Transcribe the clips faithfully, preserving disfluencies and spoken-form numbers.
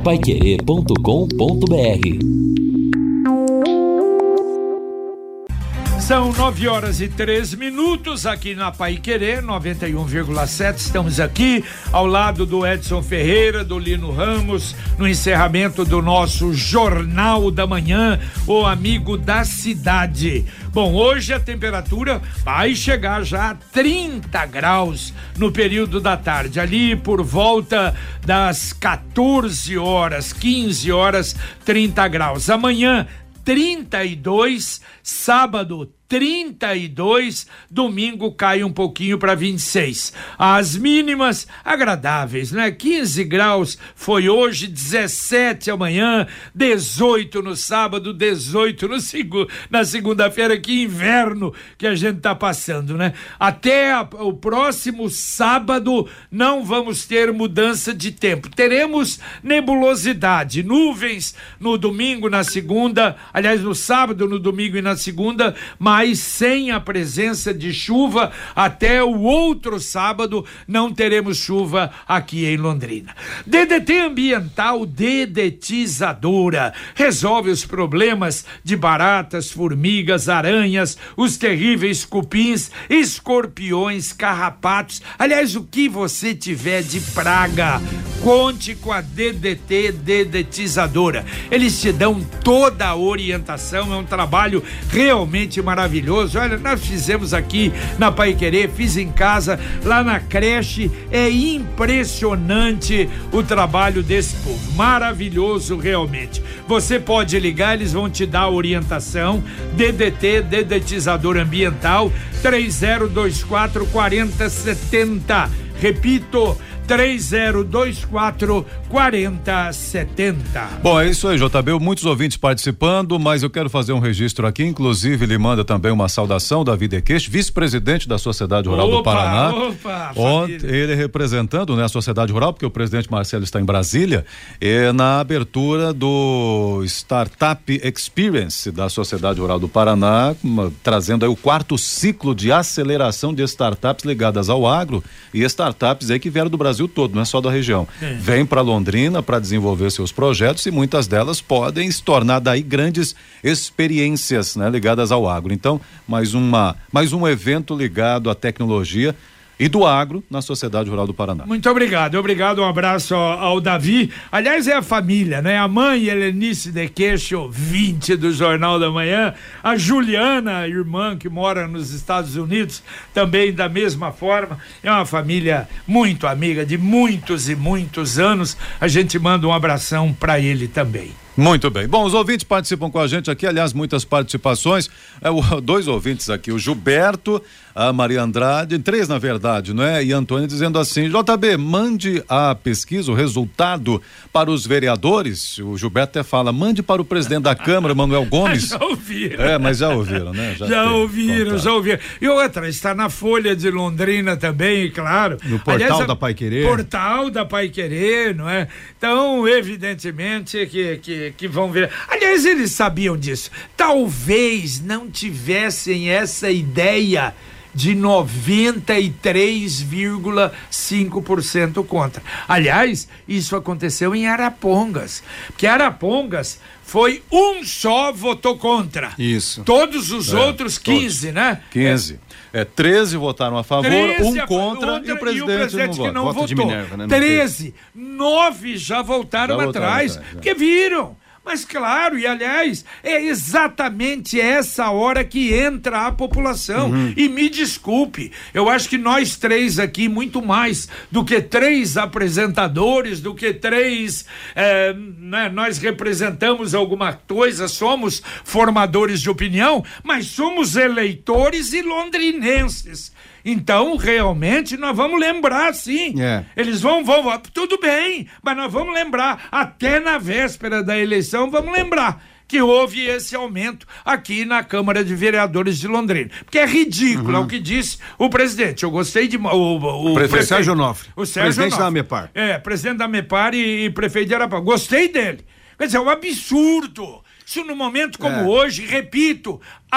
paiquerê ponto com ponto br. São nove horas e três minutos aqui na Paiquerê noventa e um vírgula sete. Estamos aqui ao lado do Edson Ferreira, do Lino Ramos, no encerramento do nosso Jornal da Manhã, o amigo da cidade. Bom, hoje a temperatura vai chegar já a trinta graus no período da tarde, ali por volta das quatorze horas, quinze horas, trinta graus. Amanhã, trinta e dois, sábado trinta e dois, domingo cai um pouquinho para vinte e seis. As mínimas agradáveis, né? quinze graus foi hoje, dezessete amanhã, dezoito no sábado, dezoito no segu- na segunda-feira. Que inverno que a gente tá passando, né? Até a, o próximo sábado não vamos ter mudança de tempo. Teremos nebulosidade, nuvens no domingo, na segunda, aliás, no sábado, no domingo e na segunda, mas sem a presença de chuva até o outro sábado. Não teremos chuva aqui em Londrina. D D T ambiental dedetizadora resolve os problemas de baratas, formigas, aranhas, os terríveis cupins, escorpiões, carrapatos, aliás, o que você tiver de praga, conte com a D D T dedetizadora. Eles te dão toda a orientação, é um trabalho realmente maravilhoso. Olha, nós fizemos aqui na Paiquerê, fiz em casa, lá na creche. É impressionante o trabalho desse povo, maravilhoso realmente. Você pode ligar, eles vão te dar a orientação. D D T, dedetizador ambiental, três zero dois quatro, quatro zero sete zero. Repito, três zero dois quatro, quatro zero sete zero. Bom, é isso aí, J B, muitos ouvintes participando, mas eu quero fazer um registro aqui, inclusive ele manda também uma saudação, Davi Dequeche, vice-presidente da Sociedade Rural opa, do Paraná. Opa, Ontem, ele representando, né, a Sociedade Rural, porque o presidente Marcelo está em Brasília, é, na abertura do Startup Experience da Sociedade Rural do Paraná, uma, trazendo aí o quarto ciclo de aceleração de startups ligadas ao agro e startups aí que vieram do Brasil todo, não é só da região. É. Vem para Londrina para desenvolver seus projetos e muitas delas podem se tornar daí grandes experiências, né, ligadas ao agro. Então, mais uma, mais um evento ligado à tecnologia e do agro na Sociedade Rural do Paraná. Muito obrigado, obrigado, um abraço ao, ao Davi. Aliás, é a família, né? A mãe Helenice Dequeche, ouvinte do Jornal da Manhã, a Juliana, irmã que mora nos Estados Unidos, também da mesma forma. É uma família muito amiga de muitos e muitos anos. A gente manda um abração para ele também. Muito bem. Bom, os ouvintes participam com a gente aqui, aliás, muitas participações. É, o, dois ouvintes aqui, o Gilberto, a Maria Andrade, três na verdade, não é? E Antônio dizendo assim: J B, mande a pesquisa, o resultado para os vereadores. O Gilberto até fala, mande para o presidente da Câmara, Manuel Gomes. Já ouviram. É, mas já ouviram, né? Já, já ouviram, já ouviram. E outra, está na Folha de Londrina também, claro. No portal Aliás, da Paiquerê. Portal da Paiquerê, não é? Então, evidentemente que, que, que vão ver. Aliás, eles sabiam disso. Talvez não tivessem essa ideia de noventa e três vírgula cinco por cento contra. Aliás, isso aconteceu em Arapongas, porque Arapongas foi um só votou contra. Isso. Todos os é, outros quinze, todos. né? quinze. É, treze votaram a favor, um a, contra outra, e o presidente, e o presidente não, que não voto votou. de Minerva, né? treze, nove já voltaram já atrás, votaram, porque viram. Mas claro, e aliás, é exatamente essa hora que entra a população. Uhum. E me desculpe, eu acho que nós três aqui, muito mais do que três apresentadores, do que três, é, né, nós representamos alguma coisa, somos formadores de opinião, mas somos eleitores e londrinenses. Então, realmente, nós vamos lembrar, sim. É. Eles vão, vão, vão, tudo bem, mas nós vamos lembrar, até na véspera da eleição, vamos lembrar que houve esse aumento aqui na Câmara de Vereadores de Londrina. Porque é ridículo, uhum. é o que disse o presidente. Eu gostei de... O, o, o prefeito Sérgio Onofre. O Sérgio presidente Onofre. da Amepar. É, presidente da Amepar e, e prefeito de Arapongas. Gostei dele. Quer dizer, é um absurdo. Isso no momento como é. hoje, repito,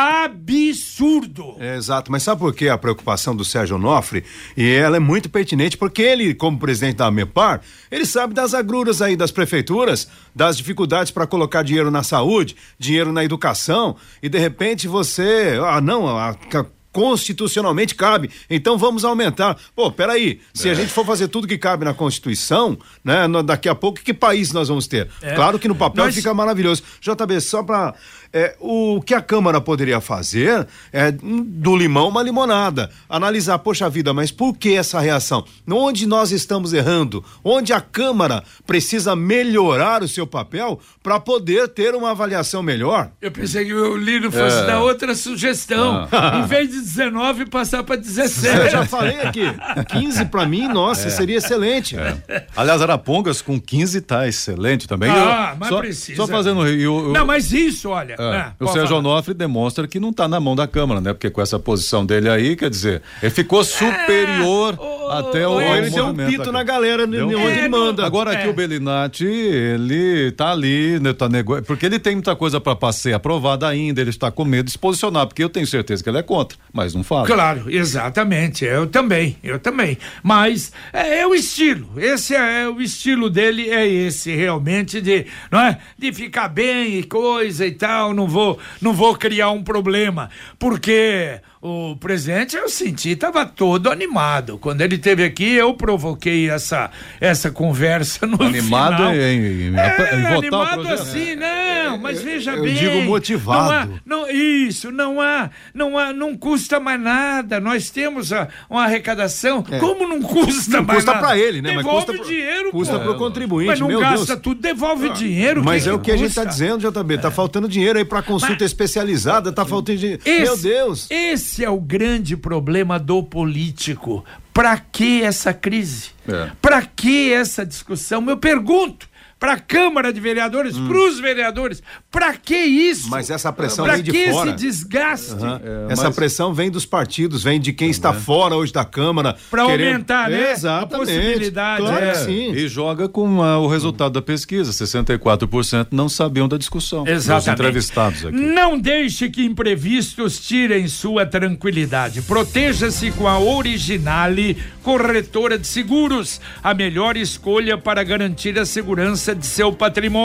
absurdo. É, exato, mas sabe por que a preocupação do Sérgio Onofre? E ela é muito pertinente, porque ele, como presidente da AMEPAR, ele sabe das agruras aí das prefeituras, das dificuldades para colocar dinheiro na saúde, dinheiro na educação, e de repente você, ah não, a, a constitucionalmente cabe, então vamos aumentar. Pô, peraí, se é. a gente for fazer tudo que cabe na Constituição, né, no, daqui a pouco, que país nós vamos ter? É. Claro que no papel Nós... fica maravilhoso. J B, só pra... É, o que a Câmara poderia fazer é do limão uma limonada, analisar, poxa vida, mas por que essa reação? Onde nós estamos errando? Onde a Câmara precisa melhorar o seu papel para poder ter uma avaliação melhor? Eu pensei que o Lino fosse é. dar outra sugestão, ah. em vez de dezenove passar para dezessete. Eu já falei aqui, quinze para mim, nossa, é. seria excelente. É. Aliás, Arapongas com quinze tá excelente também. Ah, eu, mas só, precisa. Só fazendo... Eu, eu, não, mas isso, olha... É. Ah, o Sérgio Onofre demonstra que não está na mão da Câmara, né? Porque com essa posição dele aí, quer dizer, ele ficou superior é, até o, o ele deu um pito na galera deu onde é, ele manda. Agora é. aqui o Bellinati, ele tá ali, né, tá nego... porque ele tem muita coisa para ser aprovada ainda, ele está com medo de se posicionar, porque eu tenho certeza que ele é contra, mas não fala. Claro, exatamente, eu também, eu também, mas é, é o estilo, esse é, é o estilo dele, é esse realmente de, não é? De ficar bem e coisa e tal, não vou, não vou criar um problema, porque o presidente, eu senti, estava todo animado. Quando ele esteve aqui, eu provoquei essa, essa conversa no animado final. Em, em, é, em votar animado o projeto. assim, não, mas veja eu bem. Eu digo motivado. Não há, não, isso, não há, não há, não custa mais nada. Nós temos a, uma arrecadação. É. Como não custa não mais custa nada? Custa para ele, né? Devolve mas custa pro, dinheiro, custa para o contribuinte. Mas não meu gasta Deus. tudo, devolve ah, dinheiro. Mas que é que o que custa? a gente está dizendo, J B. Tá é. faltando dinheiro aí para consulta mas, especializada, tá faltando dinheiro. Esse, meu Deus. Esse é o grande problema do político. Para que essa crise? É. Para que essa discussão? Eu pergunto para a Câmara de Vereadores, hum. para os vereadores, para que isso? Mas essa pressão pra vem de que fora. Esse desgaste? Uhum. É, essa mas... pressão vem dos partidos, vem de quem é, está né? fora hoje da Câmara. Para querendo... aumentar, né? Exatamente. A possibilidade. Claro, é. sim. E joga com a, o resultado da pesquisa, sessenta e quatro por cento não sabiam da discussão. Exatamente. Os entrevistados aqui. Não deixe que imprevistos tirem sua tranquilidade. Proteja-se com a Originale Corretora de Seguros, a melhor escolha para garantir a segurança de seu patrimônio.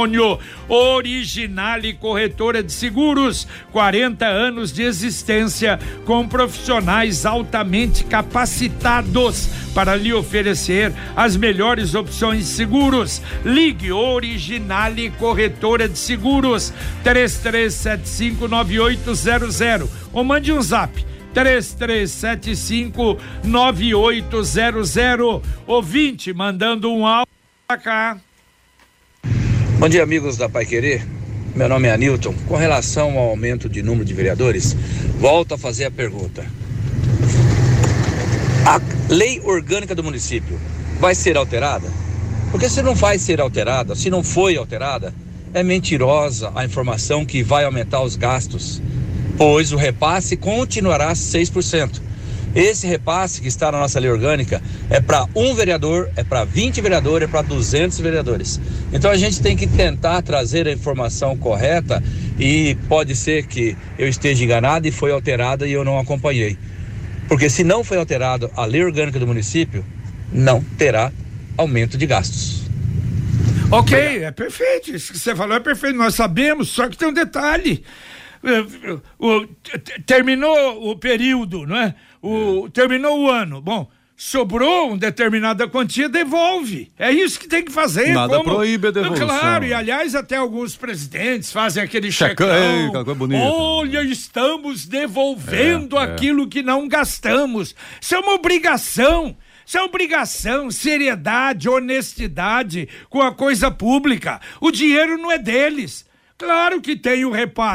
Originale Corretora de Seguros, quarenta anos de existência com profissionais altamente capacitados para lhe oferecer as melhores opções de seguros. Ligue Originale Corretora de Seguros, três três sete cinco nove oito zero zero ou mande um zap três três sete cinco nove oito zero zero. Ouvinte mandando um áudio pra cá. Bom dia, amigos da Pai Querer. Meu nome é Anilton. Com relação ao aumento de número de vereadores, volto a fazer a pergunta. A lei orgânica do município vai ser alterada? Porque se não vai ser alterada, se não foi alterada, é mentirosa a informação que vai aumentar os gastos, pois o repasse continuará seis por cento. Esse repasse que está na nossa lei orgânica é para um vereador, é para vinte vereadores, é para duzentos vereadores. Então a gente tem que tentar trazer a informação correta e pode ser que eu esteja enganado e foi alterada e eu não acompanhei. Porque se não foi alterada a lei orgânica do município, não terá aumento de gastos. Ok, é perfeito, isso que você falou é perfeito, nós sabemos, só que tem um detalhe. O, terminou o período, não é? O, terminou o ano. Bom, sobrou uma determinada quantia, devolve. É isso que tem que fazer. Nada como, proíbe a devolução. Claro, e aliás, até alguns presidentes fazem aquele checão. Ei, olha, estamos devolvendo é, aquilo é. que não gastamos. Isso é uma obrigação. Isso é obrigação, seriedade, honestidade com a coisa pública. O dinheiro não é deles. Claro que tem o repasse.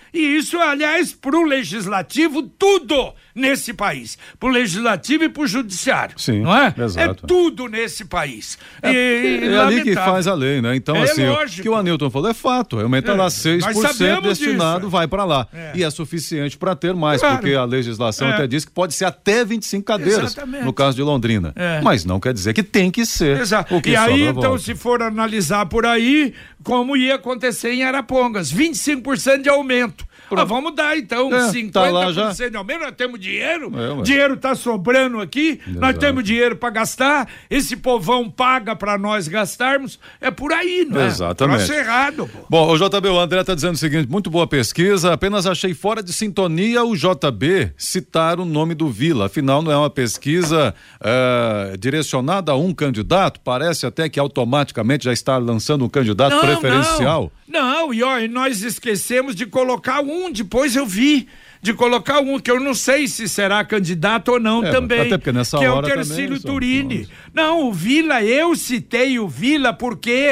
E isso, aliás, para o legislativo, tudo nesse país. Para o legislativo e para o judiciário. Sim, não é? Exato. É tudo nesse país. É, e, é ali que faz a lei, né? Então, é assim, lógico. O que o Anilton falou é fato. Aumentar é. lá seis por cento destinado, disso. vai para lá. É. E é suficiente para ter mais, claro. porque a legislação é. até diz que pode ser até vinte e cinco cadeiras, Exatamente. no caso de Londrina. É. Mas não quer dizer que tem que ser. Exato. O que e aí, então, volta. se for analisar por aí, como ia acontecer em Arapongas, vinte e cinco por cento de aumento. Ah, vamos dar então é, cinquenta por cento tá de aumento, nós temos dinheiro, é, dinheiro tá sobrando aqui, Exato. nós temos dinheiro para gastar, esse povão paga para nós gastarmos, é por aí, não é? Exatamente. Troço errado, pô. Bom, o J B, o André tá dizendo o seguinte, muito boa pesquisa, apenas achei fora de sintonia o J B citar o nome do Vila, afinal não é uma pesquisa uh, direcionada a um candidato, parece até que automaticamente já está lançando um candidato não, preferencial. Não. Não, e ó, nós esquecemos de colocar um, depois eu vi, de colocar um, que eu não sei se será candidato ou não é, também, até porque nessa que hora é o Tercílio Turini. Não, o Vila, eu citei o Vila porque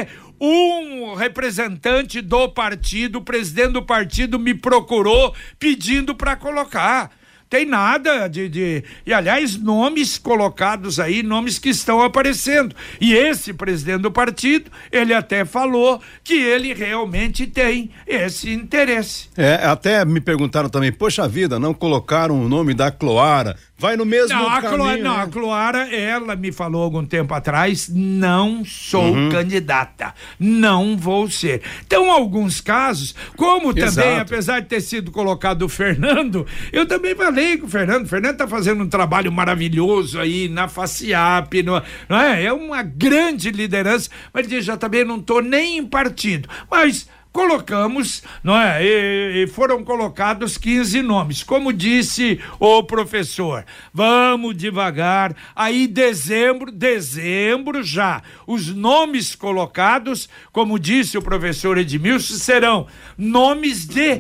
um representante do partido, o presidente do partido me procurou pedindo para colocar. Tem nada de, de... E, aliás, nomes colocados aí, nomes que estão aparecendo. E esse presidente do partido, ele até falou que ele realmente tem esse interesse. É, até me perguntaram também, poxa vida, não colocaram o nome da Cloara? Vai no mesmo não, caminho. A Cloara, né? Não, a Cloara, ela me falou algum tempo atrás, não sou uhum. candidata, não vou ser. Então, alguns casos, como Exato. também, apesar de ter sido colocado o Fernando, eu também falei com o Fernando, o Fernando tá fazendo um trabalho maravilhoso aí na FACIAP, no, não é? É uma grande liderança, mas ele já também não tô nem em partido, mas colocamos, não é? E, e foram colocados quinze nomes. Como disse o professor, vamos devagar. Aí dezembro, dezembro já, os nomes colocados, como disse o professor Edmilson, serão nomes de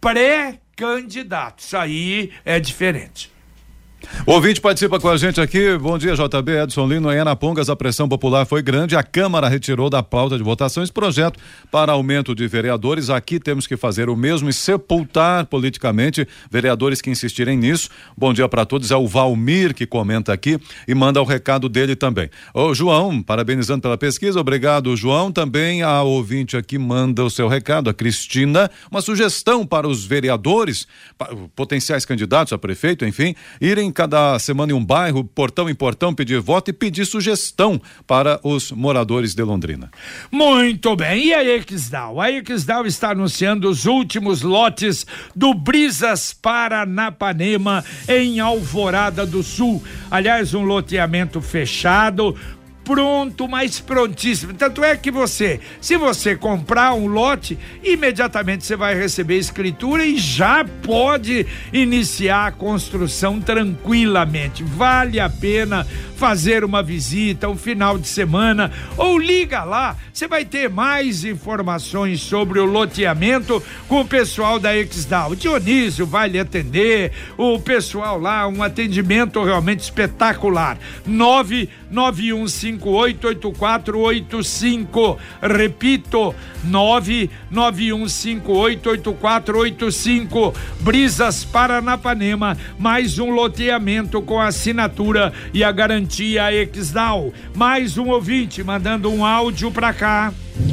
pré-candidatos. Aí é diferente. O ouvinte participa com a gente aqui. Bom dia, J B. Edson Lino. Em Arapongas, a pressão popular foi grande. A Câmara retirou da pauta de votações projeto para aumento de vereadores. Aqui temos que fazer o mesmo e sepultar politicamente vereadores que insistirem nisso. Bom dia para todos. É o Valmir que comenta aqui e manda o recado dele também. O João, parabenizando pela pesquisa. Obrigado, João. Também a ouvinte aqui manda o seu recado. A Cristina, uma sugestão para os vereadores, para potenciais candidatos a prefeito, enfim, irem cada semana em um bairro, portão em portão, pedir voto e pedir sugestão para os moradores de Londrina. Muito bem, e a Exdal? A Exdal está anunciando os últimos lotes do Brisas Paranapanema em Alvorada do Sul. Aliás, um loteamento fechado, pronto, mas prontíssimo. Tanto é que você, se você comprar um lote, imediatamente você vai receber escritura e já pode iniciar a construção tranquilamente. Vale a pena fazer uma visita, um final de semana, ou liga lá, você vai ter mais informações sobre o loteamento com o pessoal da Exdal. O Dionísio vai lhe atender, o pessoal lá, um atendimento realmente espetacular. nove nove um cinco oito oito quatro oito cinco, repito, nove nove um cinco oito oito quatro oito cinco, Brisas Paranapanema, mais um loteamento com assinatura e a garantia Exdal. Mais um ouvinte mandando um áudio pra cá.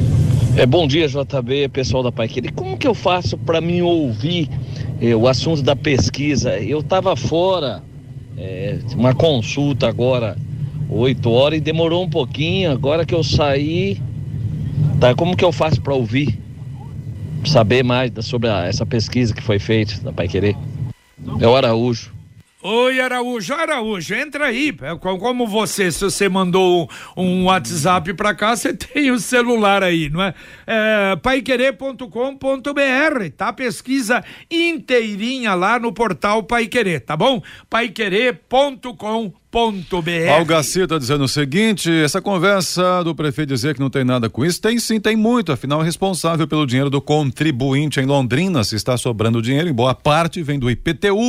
É, bom dia, J B, pessoal da Paiquerê. Como que eu faço para mim ouvir eh, o assunto da pesquisa? Eu tava fora, eh, uma consulta agora oito horas e demorou um pouquinho. Agora que eu saí, tá? Como que eu faço para ouvir, saber mais sobre a, essa pesquisa que foi feita na Paiquerê? É o Araújo. Oi, Araújo, Araújo, entra aí, como você, se você mandou um, um WhatsApp pra cá, você tem o celular aí, não é? É paiquerê ponto com ponto b r, tá? Pesquisa inteirinha lá no portal Paiquerê, tá bom? paiquerê ponto com ponto b r. O Garcia tá dizendo o seguinte, essa conversa do prefeito dizer que não tem nada com isso, tem sim, tem muito, afinal é responsável pelo dinheiro do contribuinte em Londrina, se está sobrando dinheiro, em boa parte vem do I P T U,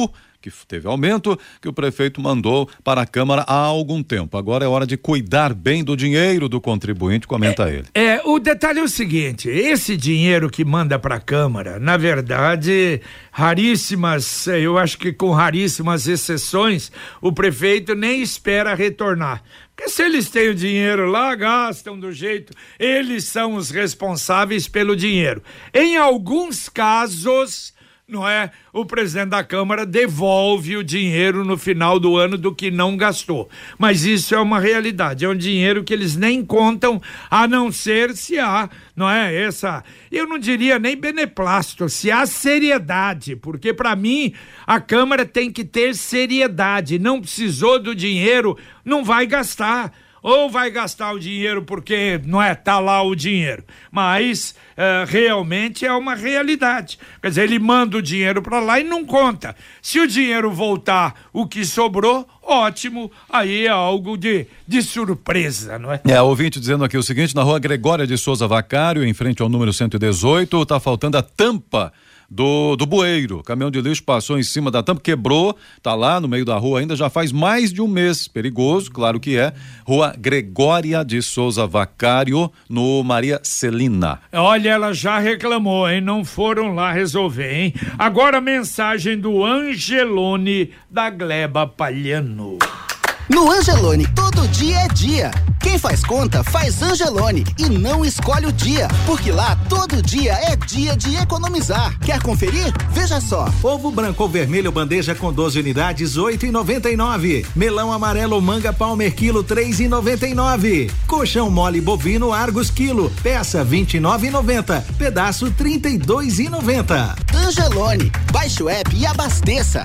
que teve aumento, que o prefeito mandou para a Câmara há algum tempo. Agora é hora de cuidar bem do dinheiro do contribuinte, comenta é, ele. É, o detalhe é o seguinte, esse dinheiro que manda para a Câmara, na verdade, raríssimas, eu acho que com raríssimas exceções, o prefeito nem espera retornar. Porque se eles têm o dinheiro lá, gastam do jeito, eles são os responsáveis pelo dinheiro. Em alguns casos, não é? O presidente da Câmara devolve o dinheiro no final do ano do que não gastou. Mas isso é uma realidade, é um dinheiro que eles nem contam, a não ser se há, não é? Essa, eu não diria nem beneplácito, se há seriedade, porque para mim a Câmara tem que ter seriedade, não precisou do dinheiro, não vai gastar. Ou vai gastar o dinheiro porque não é, tá lá o dinheiro, mas uh, realmente é uma realidade, quer dizer, ele manda o dinheiro para lá e não conta, se o dinheiro voltar o que sobrou, ótimo, aí é algo de, de surpresa, não é? É, ouvinte dizendo aqui o seguinte, na rua Gregória de Souza Vacário, em frente ao número cento e dezoito, tá faltando a tampa do, do bueiro, o caminhão de lixo passou em cima da tampa, quebrou, tá lá no meio da rua ainda, já faz mais de um mês, perigoso, claro que é, rua Gregória de Souza Vacário, no Maria Celina. Olha, ela já reclamou, hein, não foram lá resolver, hein? Agora a mensagem do Angelone da Gleba Palhano. No Angelone, todo dia é dia. Quem faz conta, faz Angelone e não escolhe o dia, porque lá todo dia é dia de economizar. Quer conferir? Veja só. Ovo branco ou vermelho bandeja com doze unidades, oito reais e noventa e nove centavos. Melão amarelo manga Palmer quilo, três reais e noventa e nove centavos. Colchão mole bovino Argos quilo, peça vinte e nove reais e noventa centavos. Pedaço trinta e dois reais e noventa centavos. Angelone, baixe o app e abasteça.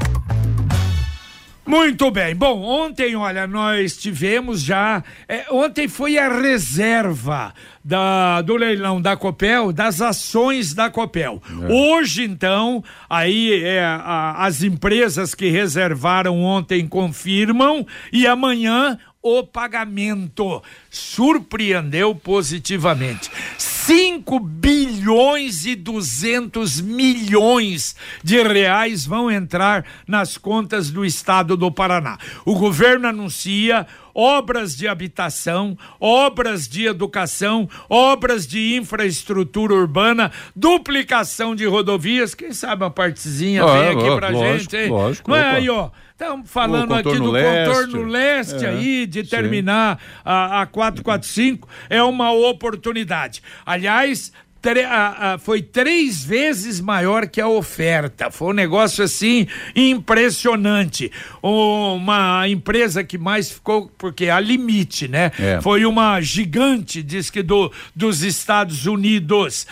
Muito bem, bom, ontem, olha, nós tivemos já, é, ontem foi a reserva da, do leilão da Copel, das ações da Copel. É. Hoje, então, aí é, a, as empresas que reservaram ontem confirmam e amanhã o pagamento surpreendeu positivamente. cinco bilhões e duzentos milhões de reais vão entrar nas contas do estado do Paraná. O governo anuncia obras de habitação, obras de educação, obras de infraestrutura urbana, duplicação de rodovias, quem sabe uma partezinha ah, vem aqui ó, pra lógico, gente, hein? Lógico, não é aí, ó. Estamos falando aqui do leste. contorno leste é, aí, de terminar a, a quatrocentos e quarenta e cinco, é uma oportunidade. Aliás, tre- a, a, foi três vezes maior que a oferta, foi um negócio assim impressionante. Uma empresa que mais ficou, porque há limite, né? É. Foi uma gigante, diz que do, dos Estados Unidos.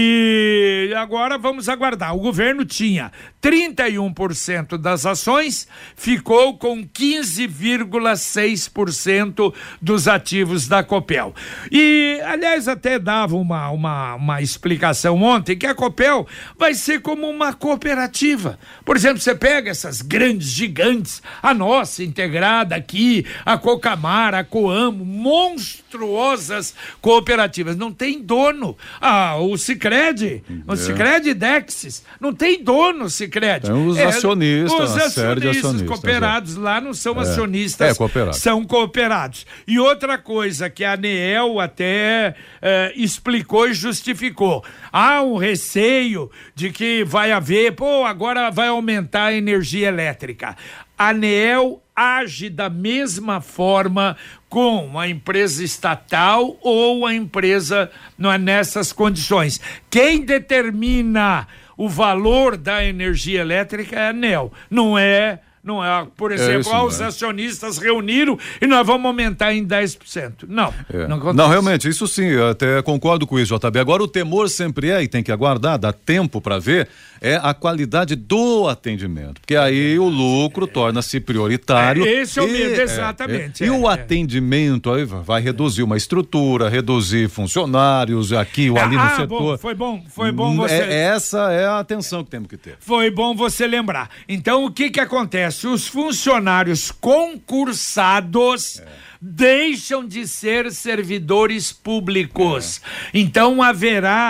E agora vamos aguardar. O governo tinha trinta e um por cento das ações, ficou com quinze vírgula seis por cento dos ativos da Copel. E, aliás, até dava uma, uma, uma explicação ontem, que a Copel vai ser como uma cooperativa. Por exemplo, você pega essas grandes gigantes, a nossa integrada aqui, a Cocamar, a Coamo, monstruosas cooperativas, não tem dono. Ah, o Sicredi, é. o Sicredi Dexis, não tem dono o Sicredi. Tem os acionistas, é, os uma série de acionistas acionistas, cooperados é. lá não são é. acionistas, é, cooperados. são cooperados. E outra coisa que a ANEEL até eh, explicou e justificou, há um receio de que vai haver, pô, agora vai aumentar a energia elétrica. A ANEEL age da mesma forma com a empresa estatal ou a empresa não é, nessas condições. Quem determina o valor da energia elétrica é a ANEEL, não é, não é, por exemplo, é isso, ah, os é. acionistas reuniram e nós vamos aumentar em dez por cento. Não, é. não acontece. Não, realmente, isso sim, eu até concordo com isso, J B. Agora o temor sempre é, e tem que aguardar, dá tempo para ver, é a qualidade do atendimento, porque aí o lucro é. torna-se prioritário. É, esse é o e, medo, exatamente. É, é. É, e o é. atendimento aí vai reduzir uma estrutura, reduzir funcionários aqui ou ali ah, no setor. Bom, foi bom, foi bom você... É, essa é a atenção que temos que ter. Foi bom você lembrar. Então, o que que acontece? Os funcionários concursados... É. deixam de ser servidores públicos. É. Então haverá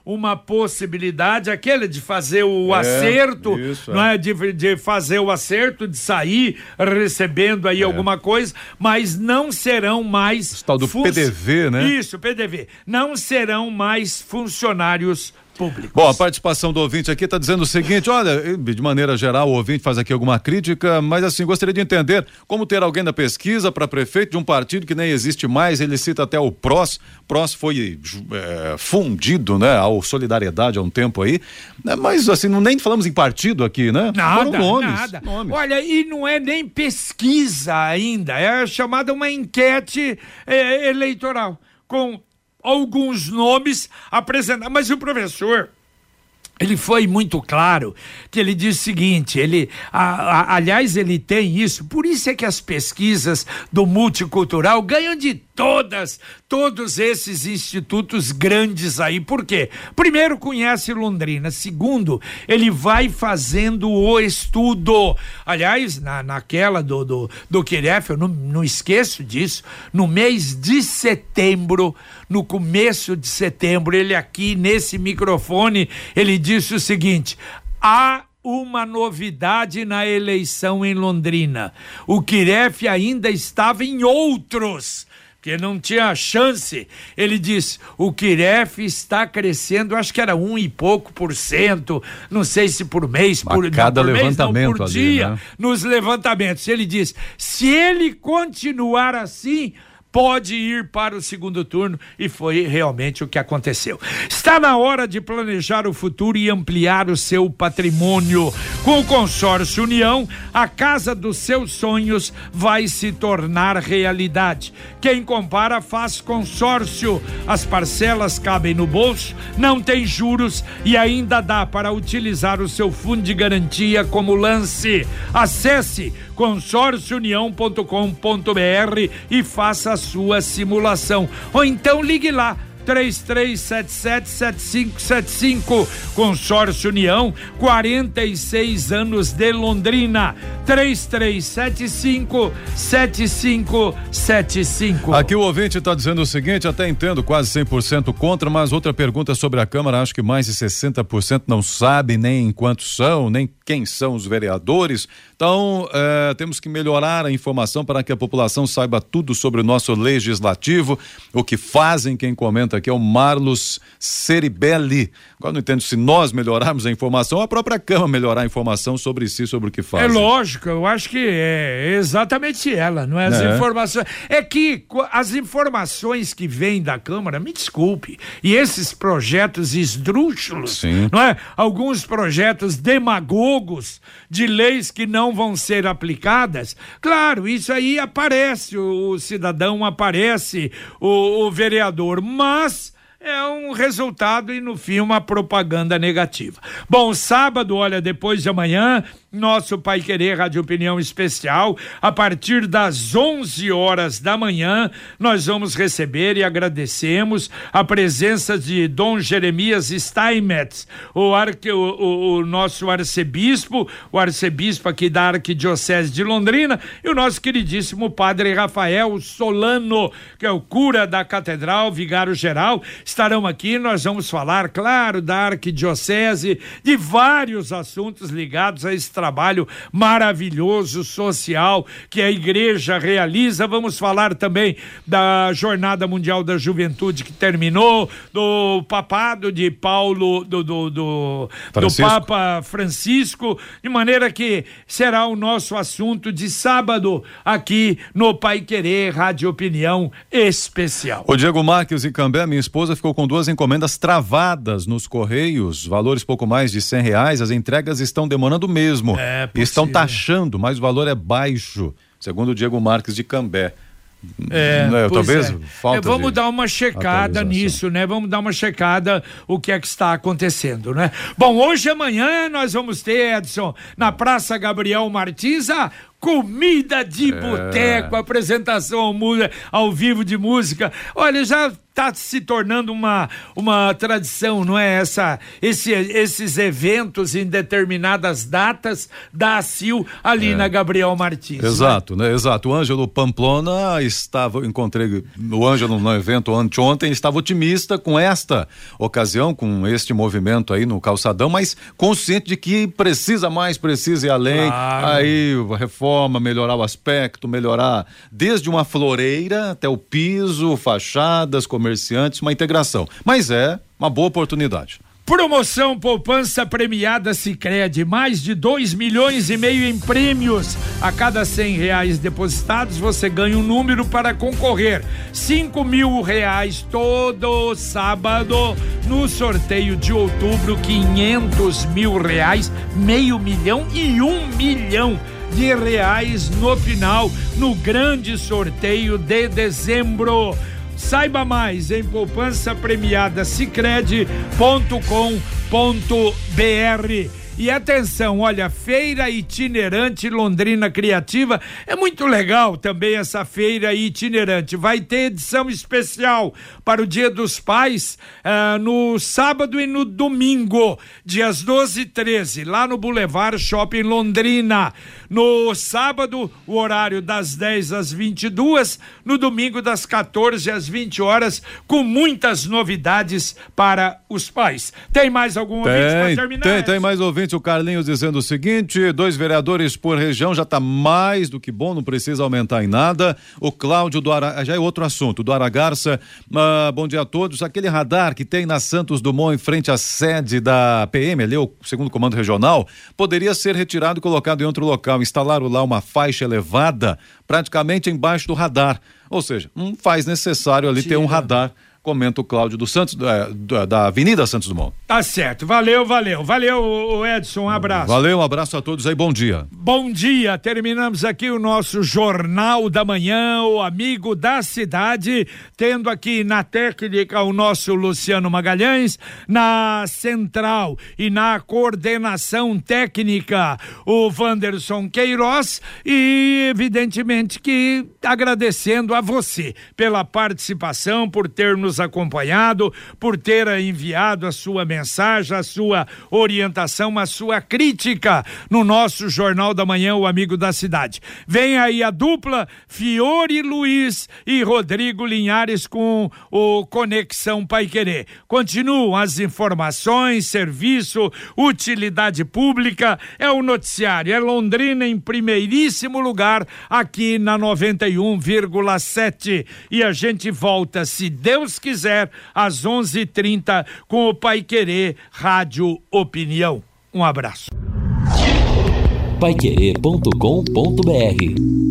uma possibilidade, aquele de fazer o é, acerto, isso, não é? é? De, de fazer o acerto, de sair recebendo aí é. alguma coisa, mas não serão mais... Esse tal do fun... P D V, né? Isso, P D V. Não serão mais funcionários públicos. Bom, a participação do ouvinte aqui está dizendo o seguinte, olha, de maneira geral o ouvinte faz aqui alguma crítica, mas assim, gostaria de entender como ter alguém da pesquisa para prefeito de um partido que nem existe mais, ele cita até o P R O S, P R O S foi é, fundido, né, ao Solidariedade há um tempo aí, né, mas assim, não, nem falamos em partido aqui, né? Nada, Foram nomes, nada. Nomes. Olha, e não é nem pesquisa ainda, é chamada uma enquete é, eleitoral, com alguns nomes apresentados, mas o professor, ele foi muito claro, que ele diz o seguinte, ele, a, a, aliás, ele tem isso, por isso é que as pesquisas do multicultural ganham de todas, todos esses institutos grandes aí, por quê? Primeiro, conhece Londrina, segundo, ele vai fazendo o estudo, aliás, na, naquela do, do, do Kiref, eu não, não esqueço disso, no mês de setembro, no começo de setembro, ele aqui nesse microfone, ele disse o seguinte, há uma novidade na eleição em Londrina, o Kiref ainda estava em outros, que não tinha chance, ele disse, o Kiref está crescendo, acho que era um e pouco por cento, não sei se por mês, por, não, cada por levantamento mês, não, por ali, dia, né? Nos levantamentos, ele disse, se ele continuar assim, pode ir para o segundo turno, e foi realmente o que aconteceu. Está na hora de planejar o futuro e ampliar o seu patrimônio. Com o Consórcio União, a casa dos seus sonhos vai se tornar realidade. Quem compara faz consórcio. As parcelas cabem no bolso, não tem juros e ainda dá para utilizar o seu fundo de garantia como lance. Acesse consórcio união ponto com ponto br e faça a sua simulação. Ou então ligue lá, três três sete sete, sete cinco sete cinco. Consórcio União, quarenta e seis anos de Londrina. três três sete cinco, sete cinco sete cinco. Aqui o ouvinte está dizendo o seguinte, até entendo, quase cem por cento contra, mas outra pergunta sobre a Câmara, acho que mais de sessenta por cento não sabem nem quantos são, nem quem são os vereadores. Então, eh, temos que melhorar a informação para que a população saiba tudo sobre o nosso legislativo, o que fazem, quem comenta aqui é o Marlos Ceribelli. Agora não entendo se nós melhorarmos a informação ou a própria Câmara melhorar a informação sobre si, sobre o que fazem. É lógico, eu acho que é exatamente ela, não é? As é. informações. É que as informações que vêm da Câmara, me desculpe, e esses projetos esdrúxulos, Sim. não é? Alguns projetos demagogos de leis que não vão ser aplicadas, claro, isso aí aparece, o, o cidadão aparece, o, o vereador, mas é um resultado e no fim uma propaganda negativa. Bom, sábado, olha, depois de amanhã, nosso Pai Querer Rádio Opinião Especial, a partir das onze horas da manhã, nós vamos receber e agradecemos a presença de Dom Jeremias Steinmetz, o, arque, o, o, o nosso arcebispo, o arcebispo aqui da Arquidiocese de Londrina, e o nosso queridíssimo Padre Rafael Solano, que é o cura da Catedral, vigário geral, estarão aqui. Nós vamos falar, claro, da Arquidiocese, de vários assuntos ligados a esse trabalho maravilhoso social que a igreja realiza. Vamos falar também da Jornada Mundial da Juventude que terminou, do papado de Paulo, do, do, do, do Papa Francisco, de maneira que será o nosso assunto de sábado aqui no Pai Querer Rádio Opinião Especial. O Diego Marques e Cambé, minha esposa, ficou com duas encomendas travadas nos Correios, valores pouco mais de cem reais, as entregas estão demorando mesmo, é estão taxando, mas o valor é baixo, segundo o Diego Marques de Cambé. É, é, talvez é. falta é, vamos dar uma checada nisso, né? Vamos dar uma checada o que é que está acontecendo, né? Bom, hoje e amanhã nós vamos ter, Edson, na Praça Gabriel Martins, a comida de é. boteco, apresentação ao, ao vivo de música. Olha, já tá se tornando uma, uma tradição, não é? Essa, esse, esses eventos em determinadas datas da A C I L ali é. na Gabriel Martins. Exato, né? né? Exato. O Ângelo Pamplona estava, encontrei o Ângelo no evento anteontem, estava otimista com esta ocasião, com este movimento aí no calçadão, mas consciente de que precisa mais, precisa ir além, claro. Aí reforma, melhorar o aspecto, melhorar desde uma floreira até o piso, fachadas, comerciantes, uma integração. Mas é uma boa oportunidade. Promoção Poupança Premiada Sicredi, mais de dois milhões e meio em prêmios. A cada cem reais depositados, você ganha um número para concorrer. Cinco mil reais todo sábado. No sorteio de outubro, quinhentos mil reais, meio milhão e um milhão de reais no final, no grande sorteio de dezembro. Saiba mais em poupança premiada sicredi ponto com ponto br. E atenção, olha, feira itinerante Londrina Criativa, é muito legal também essa feira itinerante, vai ter edição especial para o Dia dos Pais, uh, no sábado e no domingo, dias doze e treze, lá no Boulevard Shopping Londrina. No sábado, o horário das dez às vinte e duas, no domingo das quatorze às vinte horas, com muitas novidades para os pais. Tem mais algum tem, ouvinte para terminar? Tem, tem mais ouvinte. O Carlinhos dizendo o seguinte: dois vereadores por região já está mais do que bom, não precisa aumentar em nada. O Cláudio do Ara... já é outro assunto, do Aragarça. Ah, bom dia a todos. Aquele radar que tem na Santos Dumont em frente à sede da P M, ali o segundo comando regional, poderia ser retirado e colocado em outro local. Instalaram lá uma faixa elevada praticamente embaixo do radar. Ou seja, não faz necessário ali Tira. ter um radar. Comenta o Cláudio do Santos, da, da Avenida Santos Dumont. Tá certo, valeu, valeu, valeu, Edson, um abraço. Valeu, um abraço a todos aí, bom dia. Bom dia, terminamos aqui o nosso Jornal da Manhã, o amigo da cidade, tendo aqui na técnica o nosso Luciano Magalhães, na central e na coordenação técnica o Wanderson Queiroz e evidentemente que agradecendo a você pela participação, por ter nos acompanhado, por ter enviado a sua mensagem, a sua orientação, a sua crítica no nosso Jornal da Manhã, o amigo da cidade. Vem aí a dupla Fiore Luiz e Rodrigo Linhares com o Conexão Paiquerê. Continuam as informações, serviço, utilidade pública, é o noticiário, é Londrina em primeiríssimo lugar aqui na noventa e um vírgula sete e a gente volta, se Deus quiser, às onze e trinta com o Paiquerê Rádio Opinião. Um abraço. paiquerê ponto com ponto br